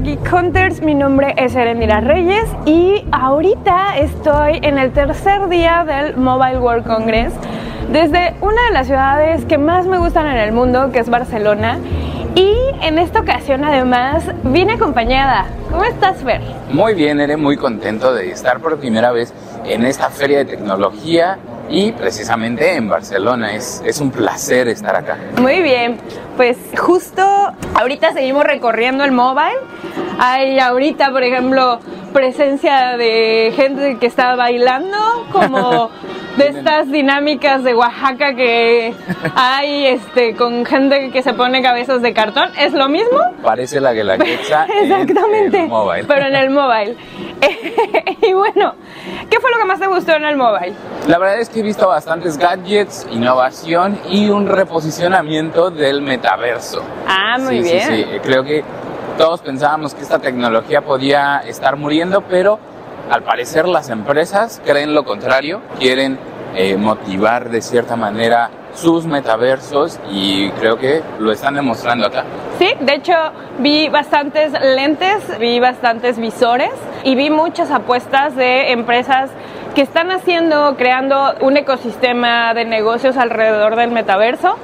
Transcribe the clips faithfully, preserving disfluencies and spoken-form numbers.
Geek Hunters, mi nombre es Erendira Reyes y ahorita estoy en el tercer día del Mobile World Congress desde una de las ciudades que más me gustan en el mundo, que es Barcelona. Y en esta ocasión además vine acompañada. ¿Cómo estás, Fer? Muy bien, Ere, muy contento de estar por primera vez en esta feria de tecnología y precisamente en Barcelona. Es, es un placer estar acá. Muy bien, pues justo ahorita seguimos recorriendo el mobile. Hay ahorita, por ejemplo, presencia de gente que está bailando, como de estas dinámicas de Oaxaca que hay este, con gente que se pone cabezas de cartón. ¿Es lo mismo? Parece la Guelaguetza. Exactamente, en el mobile. Pero en el mobile. Y bueno, ¿qué fue lo que más te gustó en el mobile? La verdad es que he visto bastantes gadgets, innovación y un reposicionamiento del metaverso. Ah, muy sí, bien. Sí, sí, creo que todos pensábamos que esta tecnología podía estar muriendo, pero al parecer las empresas creen lo contrario, quieren eh, motivar de cierta manera sus metaversos y creo que lo están demostrando acá. Sí, de hecho vi bastantes lentes, vi bastantes visores y vi muchas apuestas de empresas que están haciendo, creando un ecosistema de negocios alrededor del metaverso.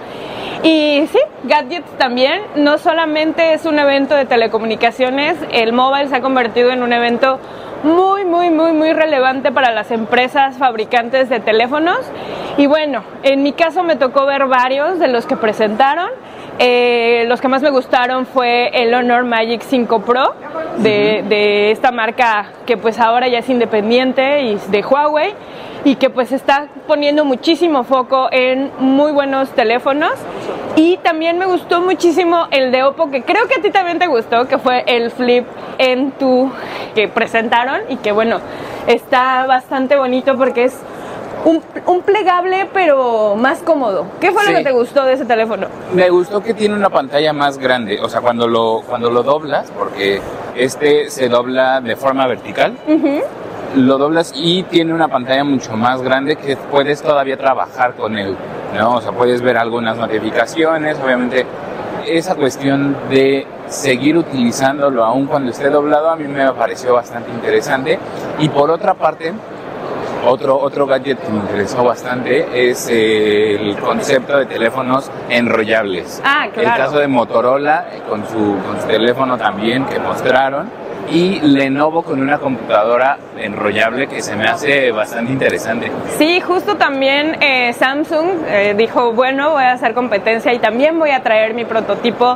Y sí, gadgets también, no solamente es un evento de telecomunicaciones, el mobile se ha convertido en un evento muy, muy, muy, muy relevante para las empresas fabricantes de teléfonos. Y bueno, en mi caso me tocó ver varios de los que presentaron. Eh, los que más me gustaron fue el Honor Magic cinco Pro de, de esta marca que pues ahora ya es independiente y de Huawei y que pues está poniendo muchísimo foco en muy buenos teléfonos. Y también me gustó muchísimo el de Oppo, que creo que a ti también te gustó, que fue el Flip N dos que presentaron y que bueno, está bastante bonito porque es Un, un plegable pero más cómodo. ¿Qué fue sí. lo que te gustó de ese teléfono? Me gustó que tiene una pantalla más grande, o sea, cuando lo, cuando lo doblas, porque este se dobla de forma vertical, uh-huh. lo doblas y tiene una pantalla mucho más grande que puedes todavía trabajar con él, ¿no? O sea, puedes ver algunas notificaciones, obviamente esa cuestión de seguir utilizándolo aún cuando esté doblado a mí me pareció bastante interesante. Y por otra parte, Otro, otro gadget que me interesó bastante es eh, el concepto de teléfonos enrollables. Ah, claro. El caso de Motorola con su, con su teléfono también que mostraron y Lenovo con una computadora enrollable que se me hace bastante interesante. Sí, justo también eh, Samsung eh, dijo, bueno, voy a hacer competencia y también voy a traer mi prototipo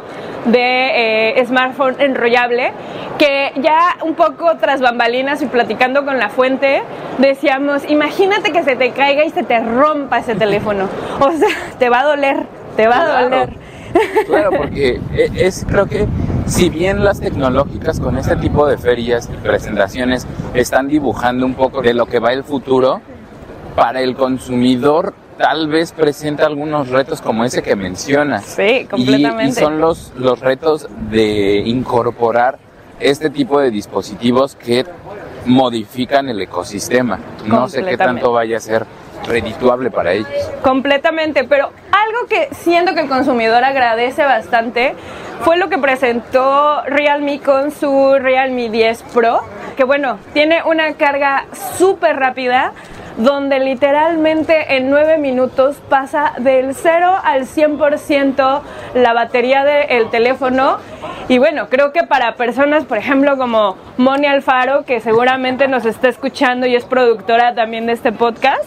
de eh, smartphone enrollable, que ya un poco tras bambalinas y platicando con La Fuente, decíamos, imagínate que se te caiga y se te rompa ese teléfono. O sea, te va a doler, te va claro, a doler. Claro, porque es, creo que si bien las tecnológicas con este tipo de ferias y presentaciones están dibujando un poco de lo que va el futuro, para el consumidor tal vez presenta algunos retos como ese que mencionas. Sí, completamente. Y, y son los, los retos de incorporar este tipo de dispositivos que modifican el ecosistema. No sé qué tanto vaya a ser redituable para ellos. Completamente, pero algo que siento que el consumidor agradece bastante fue lo que presentó Realme con su Realme diez Pro, que bueno, tiene una carga súper rápida, donde literalmente en nueve minutos pasa del cero al cien por ciento la batería del teléfono. Y bueno, creo que para personas, por ejemplo, como Moni Alfaro, que seguramente nos está escuchando y es productora también de este podcast,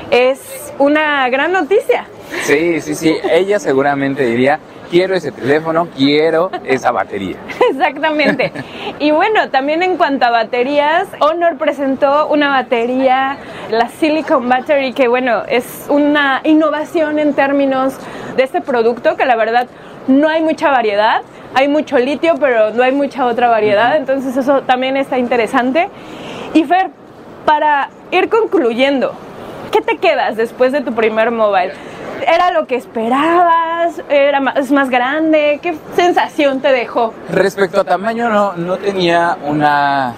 es una gran noticia. Sí, sí, sí, ella seguramente diría, quiero ese teléfono, quiero esa batería. Exactamente. Y bueno, también en cuanto a baterías, Honor presentó una batería, la Silicon Battery, que bueno, es una innovación en términos de este producto, que la verdad no hay mucha variedad. Hay mucho litio, pero no hay mucha otra variedad, uh-huh. entonces eso también está interesante. Y Fer, para ir concluyendo, ¿qué te quedas después de tu primer mobile? ¿Era lo que esperabas? ¿Era más, es más grande? ¿Qué sensación te dejó? Respecto a tamaño, no, no tenía una,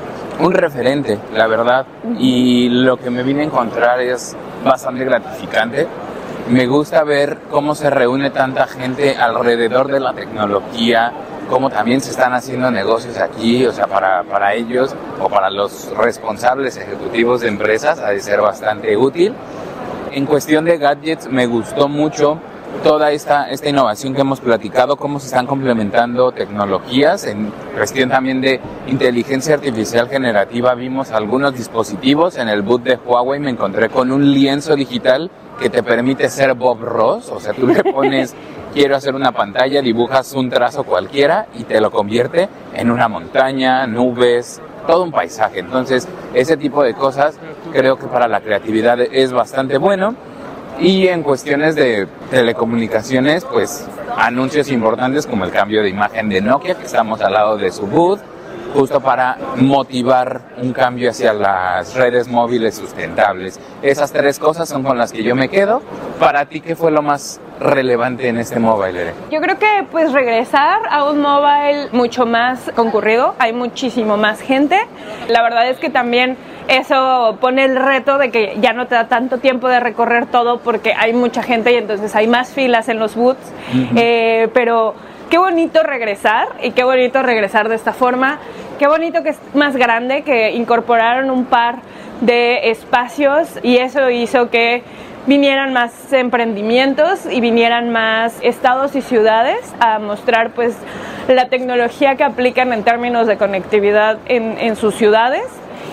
un referente, la verdad. Y lo que me vine a encontrar es bastante gratificante. Me gusta ver cómo se reúne tanta gente alrededor de la tecnología, cómo también se están haciendo negocios aquí, o sea, para, para ellos o para los responsables ejecutivos de empresas ha de ser bastante útil. En cuestión de gadgets, me gustó mucho toda esta, esta innovación que hemos platicado, cómo se están complementando tecnologías. En cuestión también de inteligencia artificial generativa, vimos algunos dispositivos. En el booth de Huawei me encontré con un lienzo digital que te permite ser Bob Ross, o sea, tú le pones, quiero hacer una pantalla, dibujas un trazo cualquiera y te lo convierte en una montaña, nubes, todo un paisaje. Entonces, ese tipo de cosas creo que para la creatividad es bastante bueno. Y en cuestiones de telecomunicaciones, pues anuncios importantes como el cambio de imagen de Nokia, que estamos al lado de su booth, justo para motivar un cambio hacia las redes móviles sustentables. Esas tres cosas son con las que yo me quedo. Para ti, ¿qué fue lo más relevante en este Mobile? Yo creo que pues regresar a un mobile mucho más concurrido, hay muchísimo más gente. La verdad es que también eso pone el reto de que ya no te da tanto tiempo de recorrer todo porque hay mucha gente y entonces hay más filas en los booths. Uh-huh. eh, pero qué bonito regresar y qué bonito regresar de esta forma. Qué bonito que es más grande, que incorporaron un par de espacios y eso hizo que vinieran más emprendimientos y vinieran más estados y ciudades a mostrar pues la tecnología que aplican en términos de conectividad en, en sus ciudades.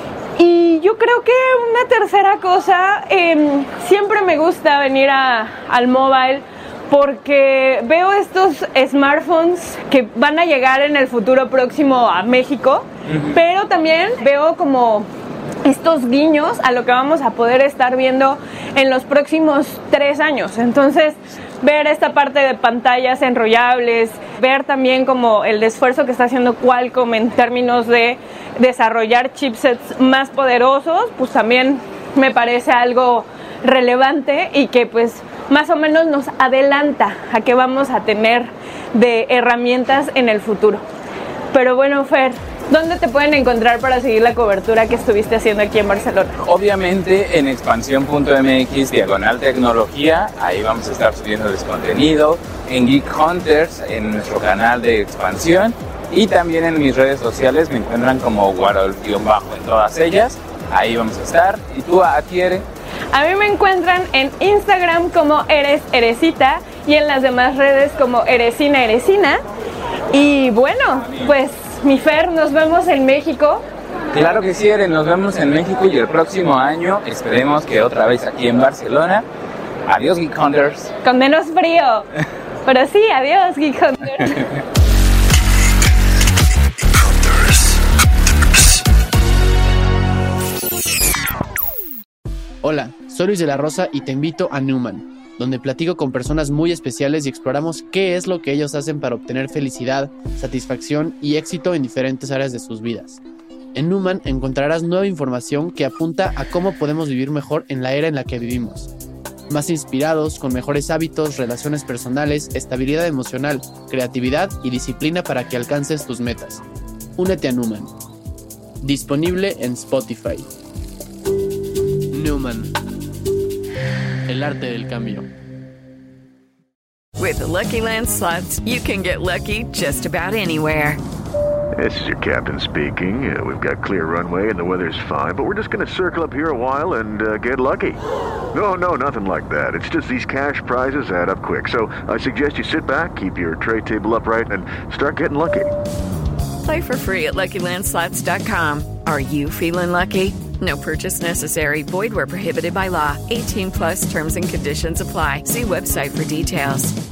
Y yo creo que una tercera cosa, eh, siempre me gusta venir a, al mobile porque veo estos smartphones que van a llegar en el futuro próximo a México, uh-huh. pero también veo como estos guiños a lo que vamos a poder estar viendo en los próximos tres años. Entonces, ver esta parte de pantallas enrollables, ver también como el esfuerzo que está haciendo Qualcomm en términos de desarrollar chipsets más poderosos, pues también me parece algo relevante y que pues más o menos nos adelanta a qué vamos a tener de herramientas en el futuro. Pero bueno, Fer, ¿dónde te pueden encontrar para seguir la cobertura que estuviste haciendo aquí en Barcelona? Obviamente en expansión punto m x diagonal tecnología, ahí vamos a estar subiéndoles contenido, en Geek Hunters, en nuestro canal de expansión, y también en mis redes sociales me encuentran como Guarol-bajo en todas ellas, ahí vamos a estar. ¿Y tú, Atiere? A mí me encuentran en Instagram como Eres Eresita y en las demás redes como Eresina Eresina. Y bueno, pues mi Fer, nos vemos en México. Claro que sí, Eren, nos vemos en México y el próximo año esperemos que otra vez aquí en Barcelona. Adiós, Geek Hunters. Con menos frío. Pero sí, adiós, Geek Hunters. Hola, soy Luis de la Rosa y te invito a Newman, donde platico con personas muy especiales y exploramos qué es lo que ellos hacen para obtener felicidad, satisfacción y éxito en diferentes áreas de sus vidas. En Newman encontrarás nueva información que apunta a cómo podemos vivir mejor en la era en la que vivimos. Más inspirados, con mejores hábitos, relaciones personales, estabilidad emocional, creatividad y disciplina para que alcances tus metas. Únete a Newman. Disponible en Spotify. Newman. El arte del cambio. With the Lucky Land Slots, you can get lucky just about anywhere. This is your captain speaking. Uh, we've got clear runway and the weather's fine, but we're just going to circle up here a while and uh, get lucky. No, no, nothing like that. It's just these cash prizes add up quick. So I suggest you sit back, keep your tray table upright, and start getting lucky. Play for free at Lucky Land Slots dot com. Are you feeling lucky? No purchase necessary. Void where prohibited by law. eighteen plus terms and conditions apply. See website for details.